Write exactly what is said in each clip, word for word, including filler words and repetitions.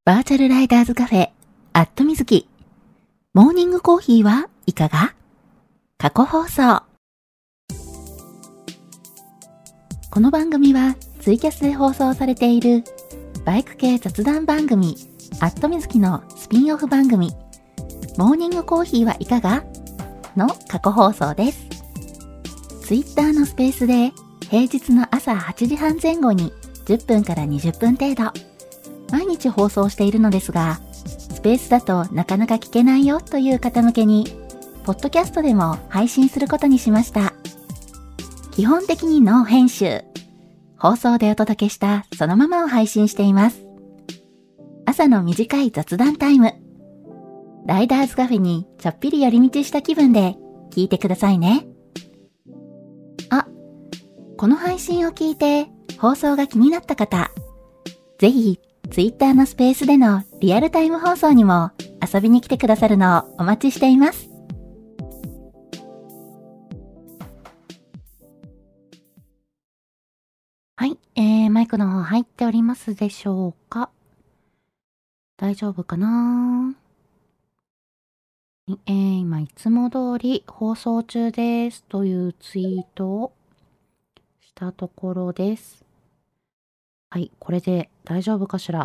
バーチャルライダーズカフェ、アットみずき。モーニングコーヒーはいかが？過去放送。この番組はツイキャスで放送されているバイク系雑談番組、アットみずきのスピンオフ番組、モーニングコーヒーはいかが？の過去放送です。ツイッターのスペースで平日の朝はちじはん前後にじゅっぷんからにじゅっぷん程度、毎日放送しているのですが、スペースだとなかなか聞けないよという方向けに、ポッドキャストでも配信することにしました。基本的にノー編集。放送でお届けしたそのままを配信しています。朝の短い雑談タイム。ライダーズカフェにちょっぴり寄り道した気分で聞いてくださいね。あ、この配信を聞いて放送が気になった方、ぜひツイッターのスペースでのリアルタイム放送にも遊びに来てくださるのをお待ちしています。はい、えー、マイクの方入っておりますでしょうか？大丈夫かな？えー、今いつも通り放送中ですというツイートをしたところです。はい、これで大丈夫かしら？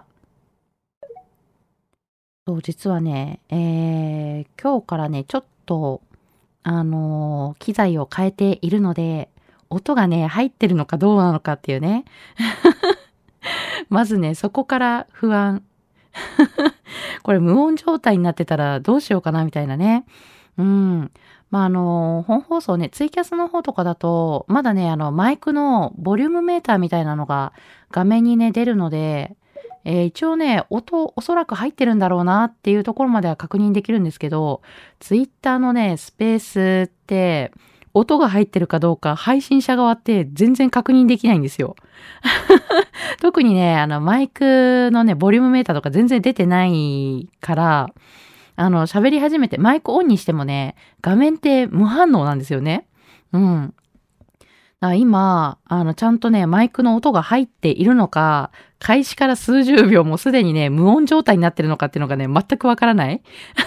そう、実はね、えー、今日からね、ちょっと、あのー機材を変えているので、音がね、入ってるのかどうなのかっていうね。まずね、そこから不安。これ無音状態になってたらどうしようかなみたいなね。うん。まあ、あのー本放送ね、ツイキャスの方とかだと、まだね、あの、マイクのボリュームメーターみたいなのが画面にね、出るので、えー一応ね、音、おそらく入ってるんだろうなっていうところまでは確認できるんですけど、ツイッターのね、スペースって、音が入ってるかどうか、配信者側って全然確認できないんですよ。特にね、あの、マイクのね、ボリュームメーターとか全然出てないから、あの、喋り始めて、マイクオンにしてもね、画面って無反応なんですよね。うん。だから今、あの、ちゃんとね、マイクの音が入っているのか、開始から数十秒もすでにね、無音状態になってるのかっていうのがね、全くわからない。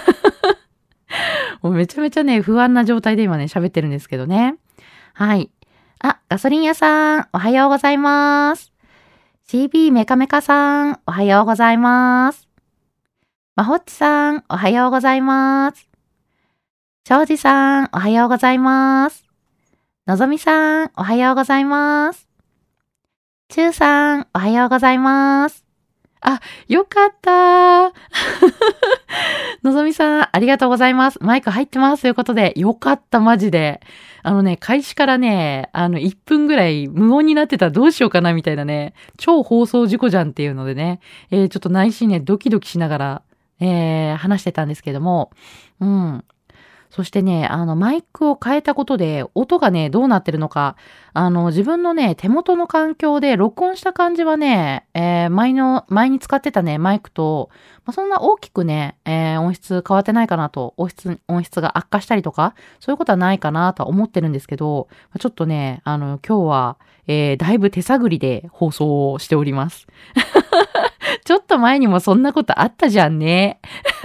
もうめちゃめちゃね、不安な状態で今ね、喋ってるんですけどね。はい。あ、ガソリン屋さん、おはようございます。シービー メカメカさん、おはようございます。まほっちさん、おはようございます。しょうじさん、おはようございます。のぞみさん、おはようございます。ちゅうさん、おはようございます。あ、よかったー。のぞみさん、ありがとうございます。マイク入ってます。ということで、よかった、マジで。あのね、開始からね、あの、いっぷんぐらい無音になってたらどうしようかな、みたいなね、超放送事故じゃんっていうのでね、えー、ちょっと内心ね、ドキドキしながら、えー、話してたんですけども、うん。そしてね、あの、マイクを変えたことで、音がね、どうなってるのか、あの、自分のね、手元の環境で録音した感じはね、えー、前の、前に使ってたね、マイクと、まあ、そんな大きくね、えー、音質変わってないかなと、音質、音質が悪化したりとか、そういうことはないかなとは思ってるんですけど、ちょっとね、あの、今日は、えー、だいぶ手探りで放送をしております。ちょっと前にもそんなことあったじゃんね。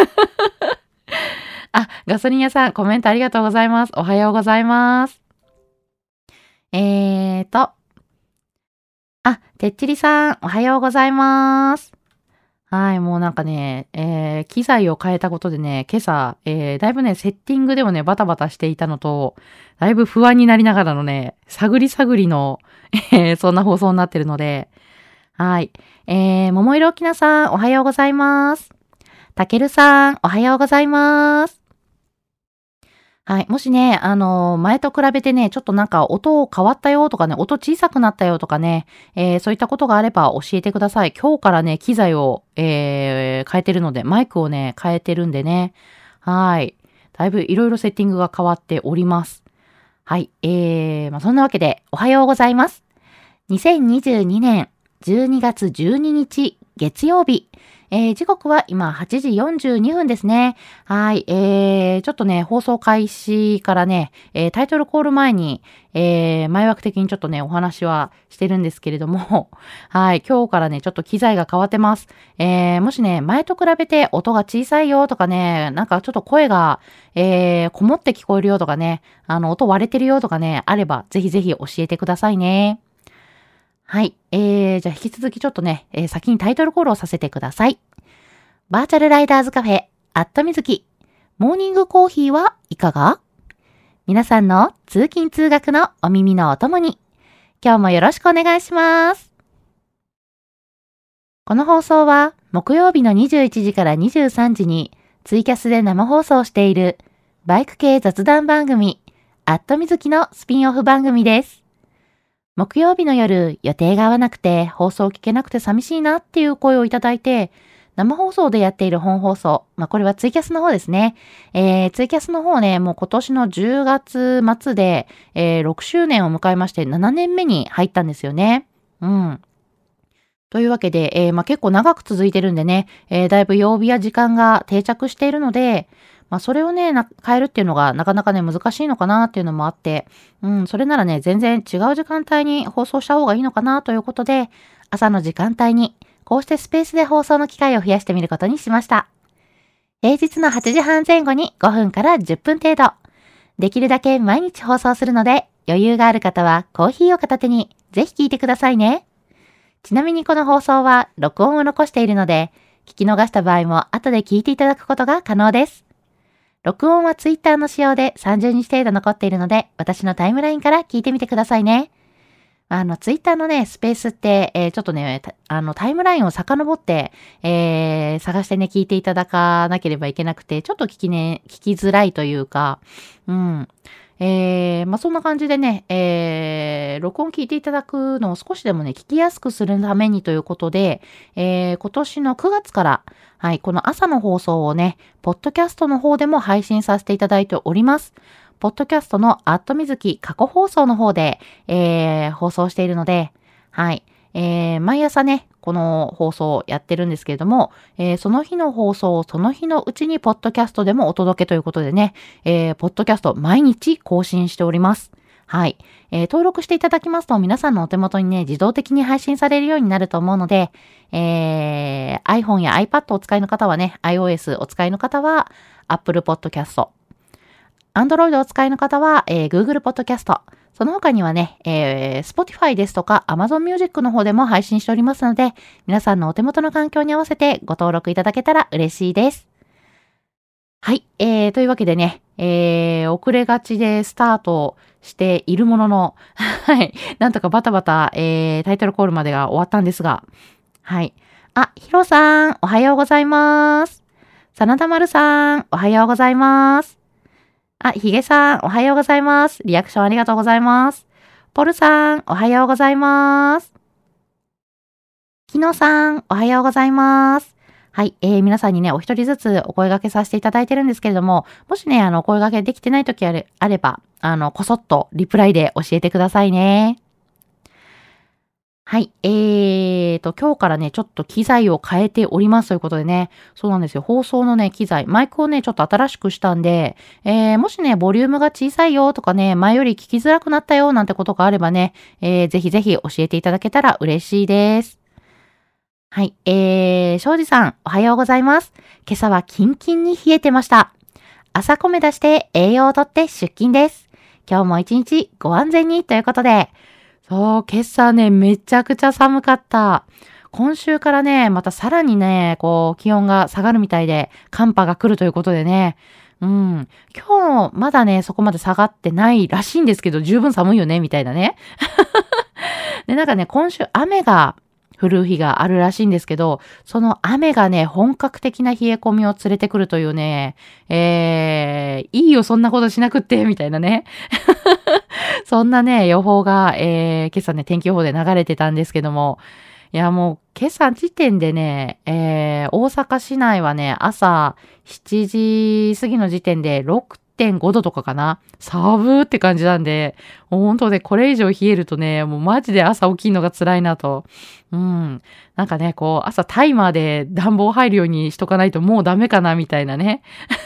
あ、ガソリン屋さん、コメントありがとうございます。おはようございます。えーと。あ、てっちりさん、おはようございます。はい、もうなんかね、えー、機材を変えたことでね、今朝、えー、だいぶね、セッティングでもね、バタバタしていたのと、だいぶ不安になりながらのね、探り探りの、えー、そんな放送になってるので、はい。えー、桃色きなさん、おはようございます。たけるさん、おはようございます。はい。もしね、あのー前と比べてね、ちょっとなんか音変わったよとかね、音小さくなったよとかね、えーそういったことがあれば教えてください。今日からね、機材を、えー変えてるので、マイクをね、変えてるんでね。はい。だいぶいろいろセッティングが変わっております。はい。えー、まあ、そんなわけで、おはようございます。にせんにじゅうにねんじゅうにがつじゅうににち、月曜日。 えー、時刻は今はちじよんじゅうにふんですね。はい。えー、ちょっとね、放送開始からね、えー、タイトルコール前に、えー、前枠的にちょっとね、お話はしてるんですけれども、はい。今日からね、ちょっと機材が変わってます。えー、もしね、前と比べて音が小さいよとかね、なんかちょっと声が、えー、こもって聞こえるよとかね、あの、音割れてるよとかね、あれば、ぜひぜひ教えてくださいね。はい。えー、じゃあ引き続きちょっとね、えー、先にタイトルコールをさせてください。バーチャルライダーズカフェ、アットみずき。モーニングコーヒーはいかが？皆さんの通勤通学のお耳のお供に、今日もよろしくお願いします。この放送は、木曜日のにじゅういちじからにじゅうさんじにツイキャスで生放送しているバイク系雑談番組、アットみずきのスピンオフ番組です。木曜日の夜、予定が合わなくて放送聞けなくて寂しいなっていう声をいただいて、生放送でやっている本放送、まあこれはツイキャスの方ですね。えー、ツイキャスの方ね、もう今年のじゅうがつ末で、えー、ろくしゅうねんを迎えましてななねんめに入ったんですよね。うん。というわけで、えーまあ、結構長く続いてるんでね、えー、だいぶ曜日や時間が定着しているので、まあ、それをね、な変えるっていうのがなかなかね、難しいのかなっていうのもあって、うん、それならね、全然違う時間帯に放送した方がいいのかなということで、朝の時間帯に、こうしてスペースで放送の機会を増やしてみることにしました。平日のはちじはんぜん後にごふんからじゅっぷん程度。できるだけ毎日放送するので、余裕がある方はコーヒーを片手にぜひ聞いてくださいね。ちなみにこの放送は録音を残しているので、聞き逃した場合も後で聞いていただくことが可能です。録音はツイッターの仕様でさんじゅうにち程度残っているので、私のタイムラインから聞いてみてくださいね。あの、ツイッターのね、スペースって、えー、ちょっとね、あの、タイムラインを遡って、えー、探してね、聞いていただかなければいけなくて、ちょっと聞きね、聞きづらいというか、うん。えー、まあ、そんな感じでね、えー、録音聞いていただくのを少しでもね、聞きやすくするためにということで、えー、今年のくがつから、はい、この朝の放送をね、ポッドキャストの方でも配信させていただいております。ポッドキャストのアットみずき過去放送の方で、えー、放送しているので、はい、えー、毎朝ね、この放送をやってるんですけれども、えー、その日の放送をその日のうちにポッドキャストでもお届けということでね、えー、ポッドキャスト毎日更新しております。はい、えー。登録していただきますと皆さんのお手元にね、自動的に配信されるようになると思うので、えー、iPhone や iPad をお使いの方はね、iOS お使いの方は Apple Podcast。Android をお使いの方は、えー、Google Podcast。その他にはね、えー、Spotify ですとか Amazon Music の方でも配信しておりますので、皆さんのお手元の環境に合わせてご登録いただけたら嬉しいです。はい、えー、というわけでね、えー、遅れがちでスタートしているものの、はい、なんとかバタバタ、えー、タイトルコールまでが終わったんですが、はい。あ、ヒロさん、おはようございます。真田丸さん、おはようございます。あ、ヒゲさん、おはようございます。リアクションありがとうございます。ポルさん、おはようございます。キノさん、おはようございます。はい、えー、皆さんにね、お一人ずつお声掛けさせていただいてるんですけれども、もしね、あの、お声掛けできてない時あれ、あれば、あの、こそっとリプライで教えてくださいね。はい。えーと、今日からね、ちょっと機材を変えておりますということでね、そうなんですよ。放送のね、機材、マイクをね、ちょっと新しくしたんで、えー、もしね、ボリュームが小さいよとかね、前より聞きづらくなったよなんてことがあればね、えー、ぜひぜひ教えていただけたら嬉しいです。はい。えー、庄司さん、おはようございます。今朝はキンキンに冷えてました。朝米出して栄養をとって出勤です。今日も一日ご安全にということで、そう、今朝ね、めちゃくちゃ寒かった。今週からね、またさらにね、こう、気温が下がるみたいで、寒波が来るということでね。うん。今日、まだね、そこまで下がってないらしいんですけど、十分寒いよね、みたいなね。で、なんかね、今週雨が降る日があるらしいんですけど、その雨がね、本格的な冷え込みを連れてくるというね、えー、いいよ、そんなことしなくって、みたいなね。そんなね、予報が、えー、今朝ね、天気予報で流れてたんですけども、いや、もう、今朝時点でね、えー、大阪市内はね、朝しちじ過ぎの時点でろくてんごどとかかな。寒ーって感じなんで、もう本当ね、これ以上冷えるとね、もうマジで朝起きるのが辛いなと。うん。なんかね、こう、朝タイマーで暖房入るようにしとかないともうダメかな、みたいなね。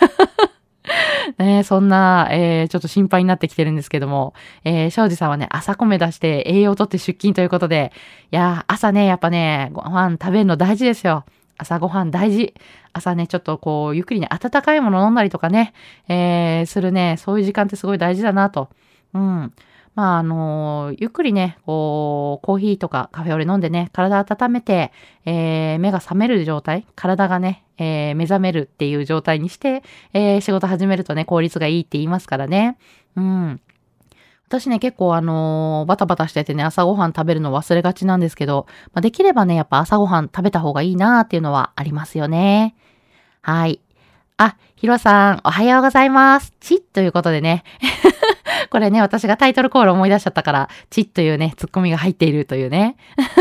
ね、そんな、えー、ちょっと心配になってきてるんですけども、えー、庄司さんはね、朝米出して栄養をとって出勤ということで、いやー、朝ね、やっぱね、ご飯食べるの大事ですよ。朝ごはん大事。朝ね、ちょっとこう、ゆっくりね、温かいもの飲んだりとかね、えー、するね、そういう時間ってすごい大事だなと。うん。まあ、あのーゆっくりね、こう、コーヒーとかカフェオレ飲んでね、体温めて、えー、目が覚める状態、体がね、えー、目覚めるっていう状態にして、えー、仕事始めるとね、効率がいいって言いますからね。うん。私ね、結構あのーバタバタしててね、朝ごはん食べるの忘れがちなんですけど、まあ、できればね、やっぱ朝ごはん食べた方がいいなーっていうのはありますよね。はい。あ、ヒロさん、おはようございます。チッということでね。これね、私がタイトルコール思い出しちゃったから、チッというね、ツッコミが入っているというね。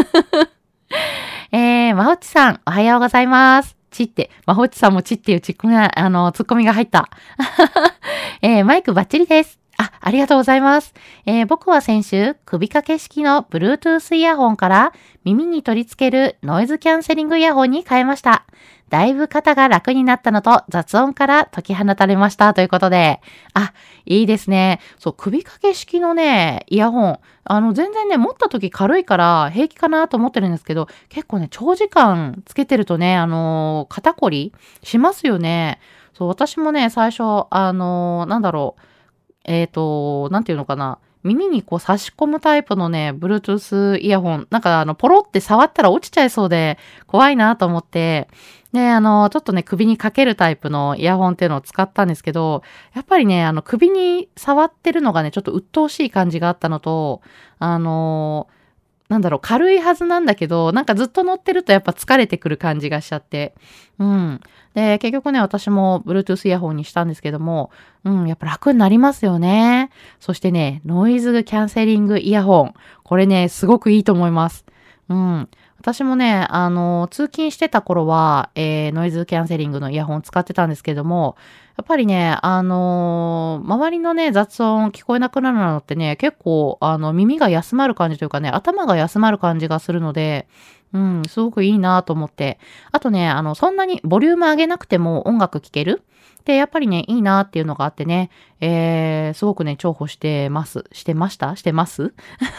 えー、まほっちさん、おはようございます。チって、まほっちさんもチっていうツッコミが、あの、ツッコミが入った。えー、マイクバッチリです。あ、ありがとうございます。えー、僕は先週、首掛け式の Bluetooth イヤホンから耳に取り付けるノイズキャンセリングイヤホンに変えました。だいぶ肩が楽になったのと雑音から解き放たれましたということで。あ、いいですね。そう、首掛け式のね、イヤホン。あの、全然ね、持った時軽いから平気かなと思ってるんですけど、結構ね、長時間つけてるとね、あのー肩こりしますよね。そう、私もね、最初、あのーなんだろう。えっと、なんていうのかな。耳にこう差し込むタイプのね、Bluetooth イヤホン。なんかあの、ポロって触ったら落ちちゃいそうで怖いなと思って、で、あの、ちょっとね、首にかけるタイプのイヤホンっていうのを使ったんですけど、やっぱりね、あの、首に触ってるのがね、ちょっと鬱陶しい感じがあったのと、あの、なんだろう、軽いはずなんだけど、なんかずっと乗ってるとやっぱ疲れてくる感じがしちゃって。うん。で、結局ね、私も Bluetooth イヤホンにしたんですけども、うん、やっぱ楽になりますよね。そしてね、ノイズキャンセリングイヤホン。これね、すごくいいと思います。うん。私もね、あの、通勤してた頃は、えー、ノイズキャンセリングのイヤホン使ってたんですけども、やっぱりね、あのー周りのね、雑音聞こえなくなるのってね、結構、あの、耳が休まる感じというかね、頭が休まる感じがするので、うん、すごくいいなと思って。あとね、あの、そんなにボリューム上げなくても音楽聴けるで、やっぱりね、いいなっていうのがあってね、えー、すごくね、重宝してます。してましたしてます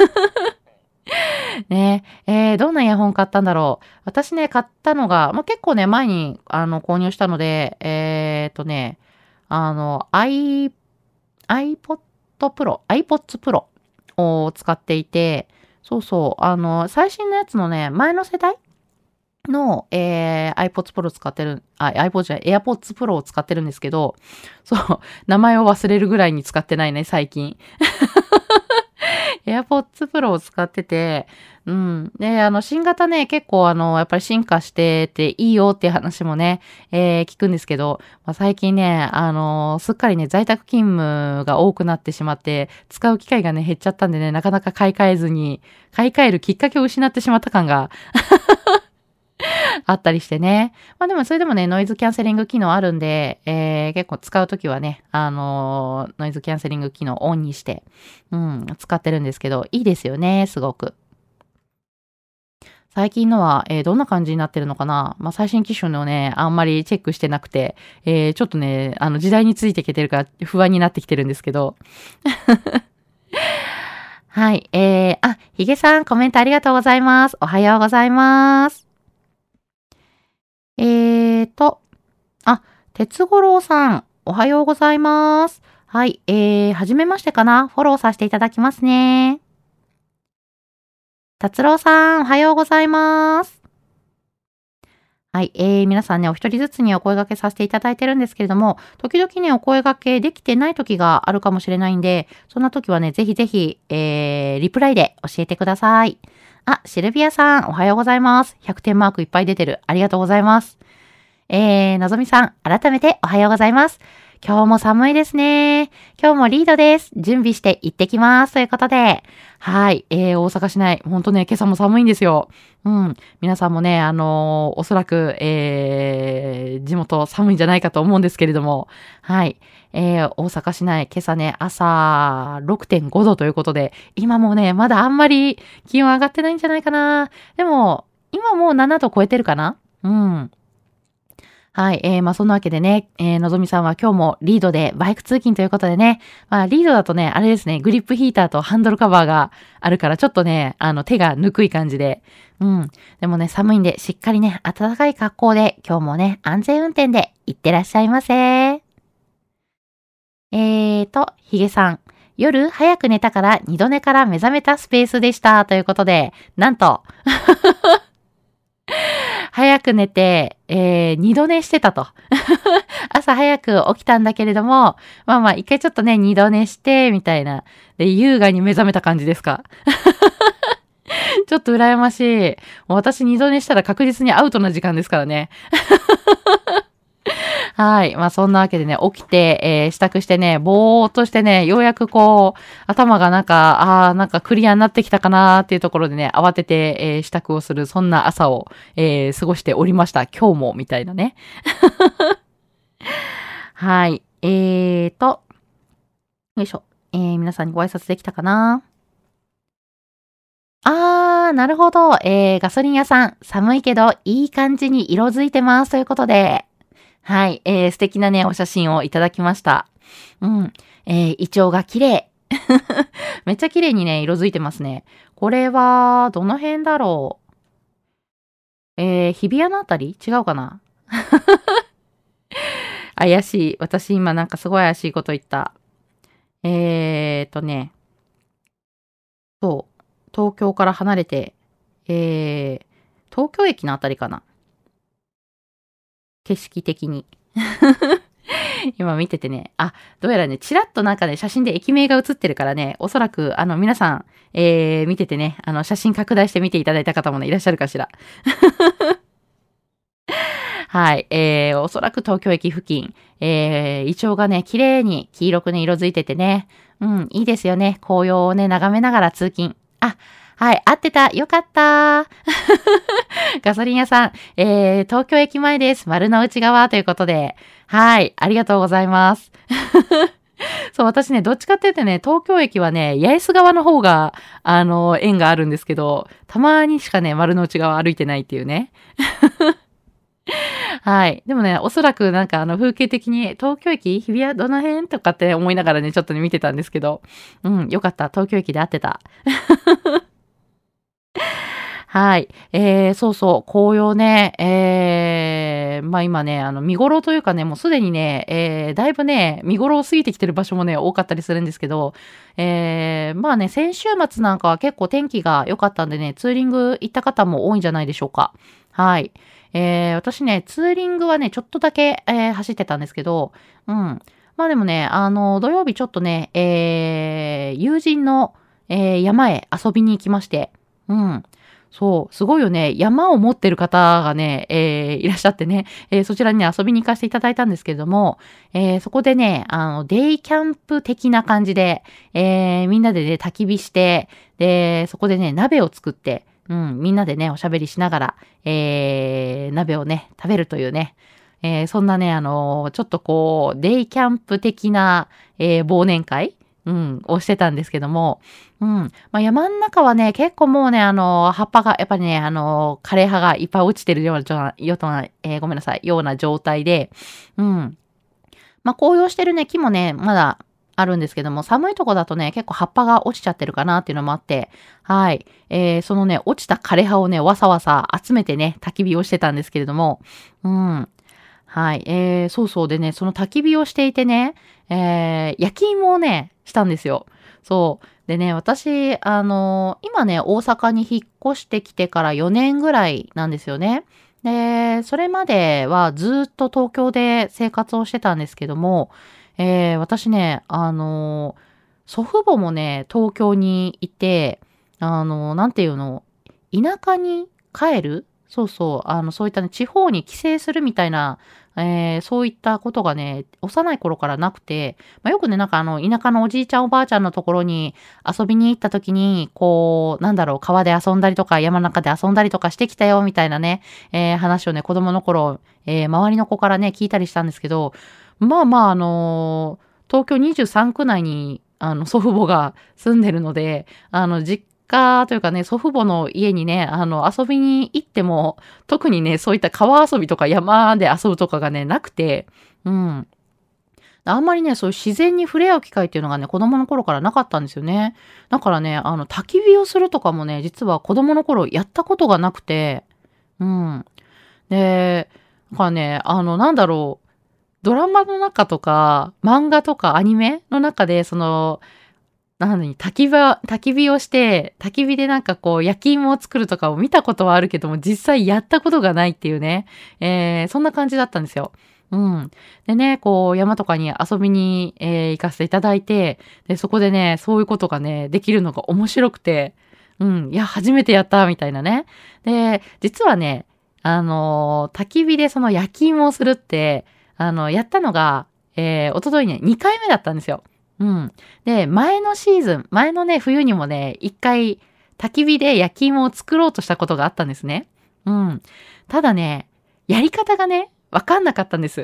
ねえ、えー、どんなイヤホン買ったんだろう。私ね、買ったのが、まあ、結構ね、前に、あの、購入したので、えーっとね、あの、i、iPod Pro、iPods Pro を使っていて、そうそう、あの、最新のやつのね、前の世代の、えー、iPods Pro 使ってる、あ、iPod じゃない、AirPods Pro を使ってるんですけど、そう、名前を忘れるぐらいに使ってないね、最近。AirPods Pro を使ってて、うん。で、あの、新型ね、結構あの、やっぱり進化してていいよっていう話もね、えー聞くんですけど、まあ、最近ね、あの、すっかりね、在宅勤務が多くなってしまって、使う機会がね、減っちゃったんでね、なかなか買い替えずに、買い替えるきっかけを失ってしまった感があったりしてね。まあでもそれでもね、ノイズキャンセリング機能あるんで、えー、結構使うときはね、あのーノイズキャンセリング機能オンにして、うん、使ってるんですけど、いいですよね、すごく。最近のは、えーどんな感じになってるのかな。まあ、最新機種のね、あんまりチェックしてなくて、えーちょっとね、あの、時代についていけてるから不安になってきてるんですけど。はい、えー、あ、ヒゲさん、コメントありがとうございます。おはようございます。えーと、あ、鉄五郎さん、おはようございます。はい、えー、はじめましてかな。フォローさせていただきますね。達郎さん、おはようございます。はい、えー、皆さんね、お一人ずつにお声掛けさせていただいてるんですけれども、時々ね、お声掛けできてない時があるかもしれないんで、そんな時はね、ぜひぜひ、えー、リプライで教えてください。あ、シルビアさん、おはようございます。ひゃくてんマークいっぱい出てる。ありがとうございます。えー、のぞみさん、改めておはようございます。 今日も寒いですね。今日もリードです。準備して行ってきます。ということで。はい。えー、大阪市内、ほんとね、今朝も寒いんですよ。うん。皆さんもね、あのーおそらく、えー、地元寒いんじゃないかと思うんですけれども。はい。えー、大阪市内、今朝ね、朝ろくてんごどということで、今もね、まだあんまり気温上がってないんじゃないかな。でも、今もうななど超えてるかな。うん。はい。えー、まあ、そんなわけでね、えー、のぞみさんは今日もリードでバイク通勤ということでね、まあ、リードだとね、あれですね、グリップヒーターとハンドルカバーがあるから、ちょっとね、あの、手がぬくい感じで、うん。でもね、寒いんで、しっかりね、暖かい格好で、今日もね、安全運転で行ってらっしゃいませ。えーと、ヒゲさん。夜早く寝たから二度寝から目覚めたスペースでした。ということで、なんと、早く寝て、えー、二度寝してたと。朝早く起きたんだけれども、まあまあ、一回ちょっとね、二度寝して、みたいな。で、優雅に目覚めた感じですか。ちょっと羨ましい。もう私二度寝したら確実にアウトな時間ですからね。はい。まあそんなわけでね、起きて、えー、支度してね、ぼーっとしてね、ようやくこう、頭がなんか、ああ、なんかクリアになってきたかなーっていうところでね、慌てて、えー、支度をする、そんな朝を、えー、過ごしておりました。今日も、みたいなね。はい。えーと、よいしょ。えー、皆さんにご挨拶できたかな。あー、なるほど。えー、ガソリン屋さん、寒いけど、いい感じに色づいてます。ということで、はい。えー、素敵なね、お写真をいただきました。うん。えー、イチョウが綺麗。めっちゃ綺麗にね、色づいてますね。これは、どの辺だろう。えー、日比谷のあたり違うかな。怪しい。私今なんかすごい怪しいこと言った。えーとね、そう。東京から離れて、えー、東京駅のあたりかな。景色的に。今見ててね、あ、どうやらね、ちらっとなんかね、写真で駅名が写ってるからね、おそらく、あの、皆さん、えー、見ててね、あの、写真拡大して見ていただいた方もね、いらっしゃるかしら。はい、えー、おそらく東京駅付近、えー、イチョウがね、綺麗に黄色くね、色づいててね、うん、いいですよね。紅葉をね、眺めながら通勤。あ、はい、合ってた。よかったガソリン屋さん、えー、東京駅前です。丸の内側ということで。はい、ありがとうございます。そう、私ね、どっちかって言ってね、東京駅はね、八重洲側の方が、あの、縁があるんですけど、たまにしかね、丸の内側歩いてないっていうね。はい。でもね、おそらくなんかあの風景的に東京駅日比谷どの辺とかって思いながらね、ちょっとね見てたんですけど、うん、よかった。東京駅で会ってた。はい。えー、そうそう、紅葉ね、えー、まあ今ね、あの、見頃というかね、もうすでにね、えー、だいぶね、見頃を過ぎてきてる場所もね、多かったりするんですけど、えー、まあね、先週末なんかは結構天気が良かったんでね、ツーリング行った方も多いんじゃないでしょうか。はい。えー、私ね、ツーリングはね、ちょっとだけ、えー、走ってたんですけど、うん。まあでもね、あの、土曜日ちょっとね、えー、友人の、えー、山へ遊びに行きまして、うん。そう、すごいよね。山を持ってる方がね、えー、いらっしゃってね、えー、そちらにね、遊びに行かせていただいたんですけれども、えー、そこでね、あの、デイキャンプ的な感じで、えー、みんなでね、焚き火して、で、そこでね、鍋を作って、うん、みんなでね、おしゃべりしながら、えー、鍋をね、食べるというね、えー、そんなね、あのちょっとこう、デイキャンプ的な、えー、忘年会うん、をしてたんですけども、うん。まあ、山ん中はね、結構もうね、あの、葉っぱが、やっぱりね、あの、枯れ葉がいっぱい落ちてるような、じょような、えーごめんなさい、ような状態で、うん。まあ、紅葉してるね、木もね、まだあるんですけども、寒いとこだとね、結構葉っぱが落ちちゃってるかなっていうのもあって、はい。えー、そのね、落ちた枯れ葉をね、わさわさ集めてね、焚き火をしてたんですけれども、うん。はい。えー、そうそうでね、その焚き火をしていてね、えー、焼き芋をね、したんですよ。そう。でね、私、あのー今ね、大阪に引っ越してきてからよねんぐらいなんですよね。で、それまではずっと東京で生活をしてたんですけども、えー、私ね、あのー祖父母もね、東京にいて、あのーなんていうの、田舎に帰るそうそう、あの、そういったね、地方に帰省するみたいな、えーそういったことがね、幼い頃からなくて、まあ、よくね、なんかあの、田舎のおじいちゃんおばあちゃんのところに遊びに行った時に、こう、なんだろう、川で遊んだりとか、山の中で遊んだりとかしてきたよ、みたいなね、えー話をね、子供の頃、えー周りの子からね、聞いたりしたんですけど、まあまあ、あのー東京にじゅうさん区内に、あの、祖父母が住んでるので、あの、実家というかね、祖父母の家にね、あの、遊びに行っても、特にね、そういった川遊びとか山で遊ぶとかがね、なくて、うん。あんまりね、そういう自然に触れ合う機会っていうのがね、子供の頃からなかったんですよね。だからね、あの、焚き火をするとかもね、実は子供の頃やったことがなくて、うん。で、だからね、あの、なんだろう、ドラマの中とか、漫画とかアニメの中で、その、なのに焚き火、焚き火をして、焚き火でなんかこう、焼き芋を作るとかを見たことはあるけども、実際やったことがないっていうね、えー、そんな感じだったんですよ。うん。でね、こう、山とかに遊びに、えー行かせていただいて、で、そこでね、そういうことがね、できるのが面白くて、うん、いや、初めてやった、みたいなね。で、実はね、あのー焚き火でその焼き芋をするって、あの、やったのが、えー、おとといね、にかいめだったんですよ。うん。で、前のシーズン、前のね、冬にもね、一回、焚き火で焼き芋を作ろうとしたことがあったんですね。うん。ただね、やり方がね、わかんなかったんです。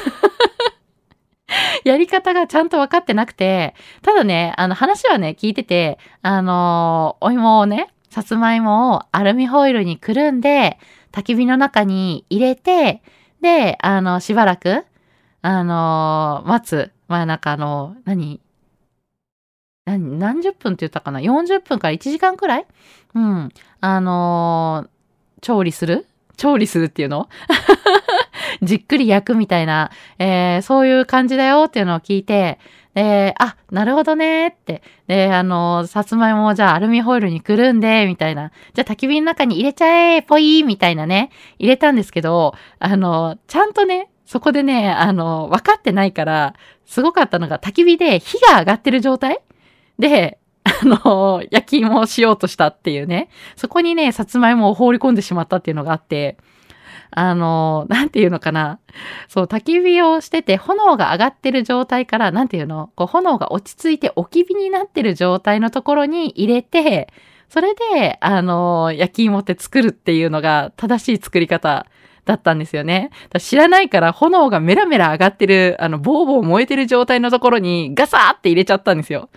やり方がちゃんとわかってなくて、ただね、あの話はね、聞いてて、あのーお芋をね、さつまいもをアルミホイルにくるんで、焚き火の中に入れて、で、あの、しばらく、あのー待つ。まあ、なんかあの、何何、何十分って言ったかな？ よんじゅっ 分からいちじかんくらいうん。あのー調理する調理するっていうのじっくり焼くみたいな、えーそういう感じだよっていうのを聞いて、で、あ、なるほどねって。で、あの、さつまいもをじゃあアルミホイルにくるんで、みたいな。じゃあ焚き火の中に入れちゃえ、ぽいみたいなね。入れたんですけど、あの、ちゃんとね、そこでね、あの、分かってないから、すごかったのが焚き火で火が上がってる状態で、あの、焼き芋をしようとしたっていうね。そこにね、さつまいもを放り込んでしまったっていうのがあって、あの、なんていうのかな。そう、焚き火をしてて、炎が上がってる状態から、なんていうのこう、炎が落ち着いて置き火になってる状態のところに入れて、それで、あの、焼き芋って作るっていうのが正しい作り方だったんですよね。だ知らないから炎がメラメラ上がってる、あの、ボーボー燃えてる状態のところにガサーって入れちゃったんですよ。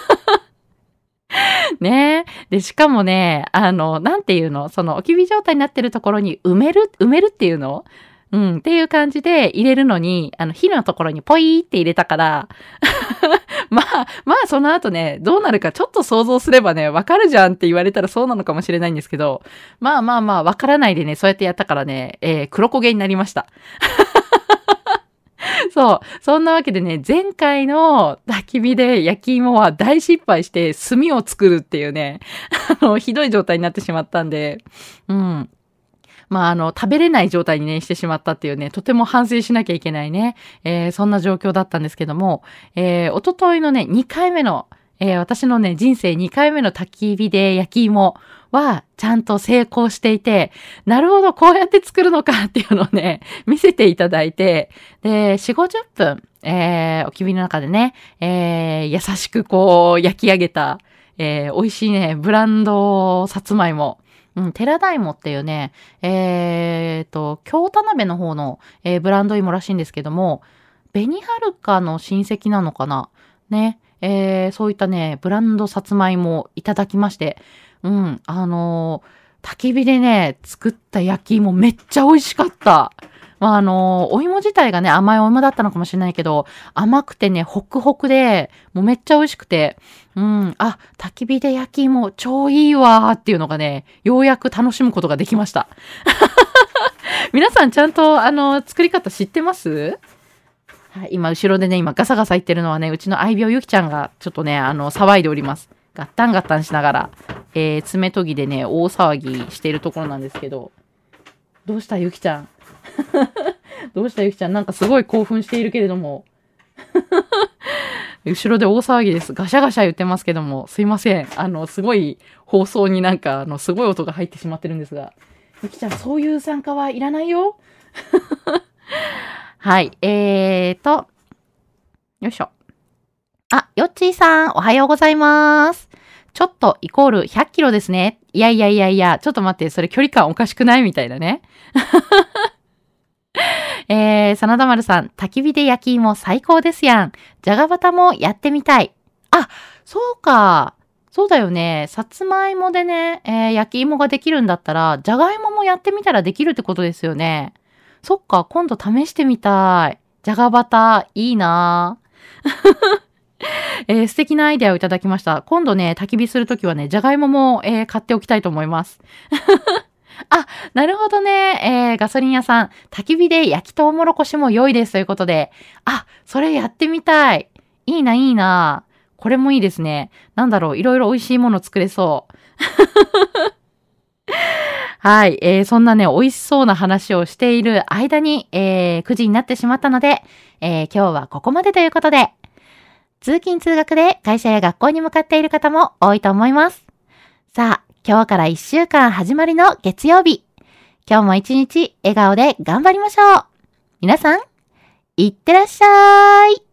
ねえ。で、しかもね、あの、なんていうのその置き火状態になってるところに埋める、埋めるっていうのうん、っていう感じで入れるのに、あの、火のところにポイーって入れたから、まあ、まあ、その後ね、どうなるかちょっと想像すればね、わかるじゃんって言われたらそうなのかもしれないんですけど、まあまあまあ、わからないでね、そうやってやったからね、えー、黒焦げになりました。そう。そんなわけでね、前回の焚き火で焼き芋は大失敗して炭を作るっていうね、あの、ひどい状態になってしまったんで、うん。まあ、あの、食べれない状態にね、してしまったっていうね、とても反省しなきゃいけないね、えー、そんな状況だったんですけども、えー、おとといのね、にかいめの、えー、私のね、人生にかいめの焚き火で焼き芋は、ちゃんと成功していて、なるほど、こうやって作るのかっていうのをね、見せていただいて、で、よん、ごじゅっぷん、えー、おき火の中でね、えー、優しくこう、焼き上げた、えー、美味しいね、ブランドさつまいも、うん、寺大芋っていうね、えーと、京田辺の方の、えーブランド芋らしいんですけども、紅はるかの親戚なのかなね、えー、そういったね、ブランドさつまいもをいただきまして、うん、あのー焚き火でね、作った焼き芋めっちゃ美味しかった。まあ、あのーお芋自体がね、甘いお芋だったのかもしれないけど、甘くてね、ホクホクで、もうめっちゃ美味しくて、うん、あ、焚き火で焼き芋超いいわーっていうのがね、ようやく楽しむことができました。皆さんちゃんと、あの、作り方知ってます？はい、今、後ろでね、今、ガサガサ言ってるのはね、うちの愛病ゆきちゃんが、ちょっとね、あの、騒いでおります。ガッタンガッタンしながら、えー、爪研ぎでね、大騒ぎしているところなんですけど、どうしたゆきちゃんどうしたゆきちゃんなんかすごい興奮しているけれども。後ろで大騒ぎです。ガシャガシャ言ってますけども、すいません。あの、すごい放送になんか、あの、すごい音が入ってしまってるんですが。 ゆきちゃん、そういう参加はいらないよ。はい、えーと、よいしょ。あ、よっちーさん、おはようございます。ちょっとイコールひゃっキロですね。いやいやいやいや、ちょっと待って、それ距離感おかしくないみたいなね。えー、真田丸さん、焚き火で焼き芋最高ですやん。じゃがバタもやってみたい。あ、そうか。そうだよね。さつまいもでね、えー、焼き芋ができるんだったら、じゃがいももやってみたらできるってことですよね。そっか、今度試してみたい。じゃがバタ、いいなぁ。えー、素敵なアイデアをいただきました。今度ね、焚き火するときはね、じゃがいもも、えー、買っておきたいと思います。あ、なるほどね。えー、ガソリン屋さん、焚き火で焼きとうもろこしも良いですということで。あ、それやってみたい。いいな、いいな。これもいいですね。なんだろう、いろいろ美味しいもの作れそう。はい、えー、そんなね、美味しそうな話をしている間に、えー、くじになってしまったので、えー、今日はここまでということで、通勤通学で会社や学校に向かっている方も多いと思います。さあ、今日からいっしゅうかん始まりの月曜日。今日も一日笑顔で頑張りましょう。皆さん、いってらっしゃい。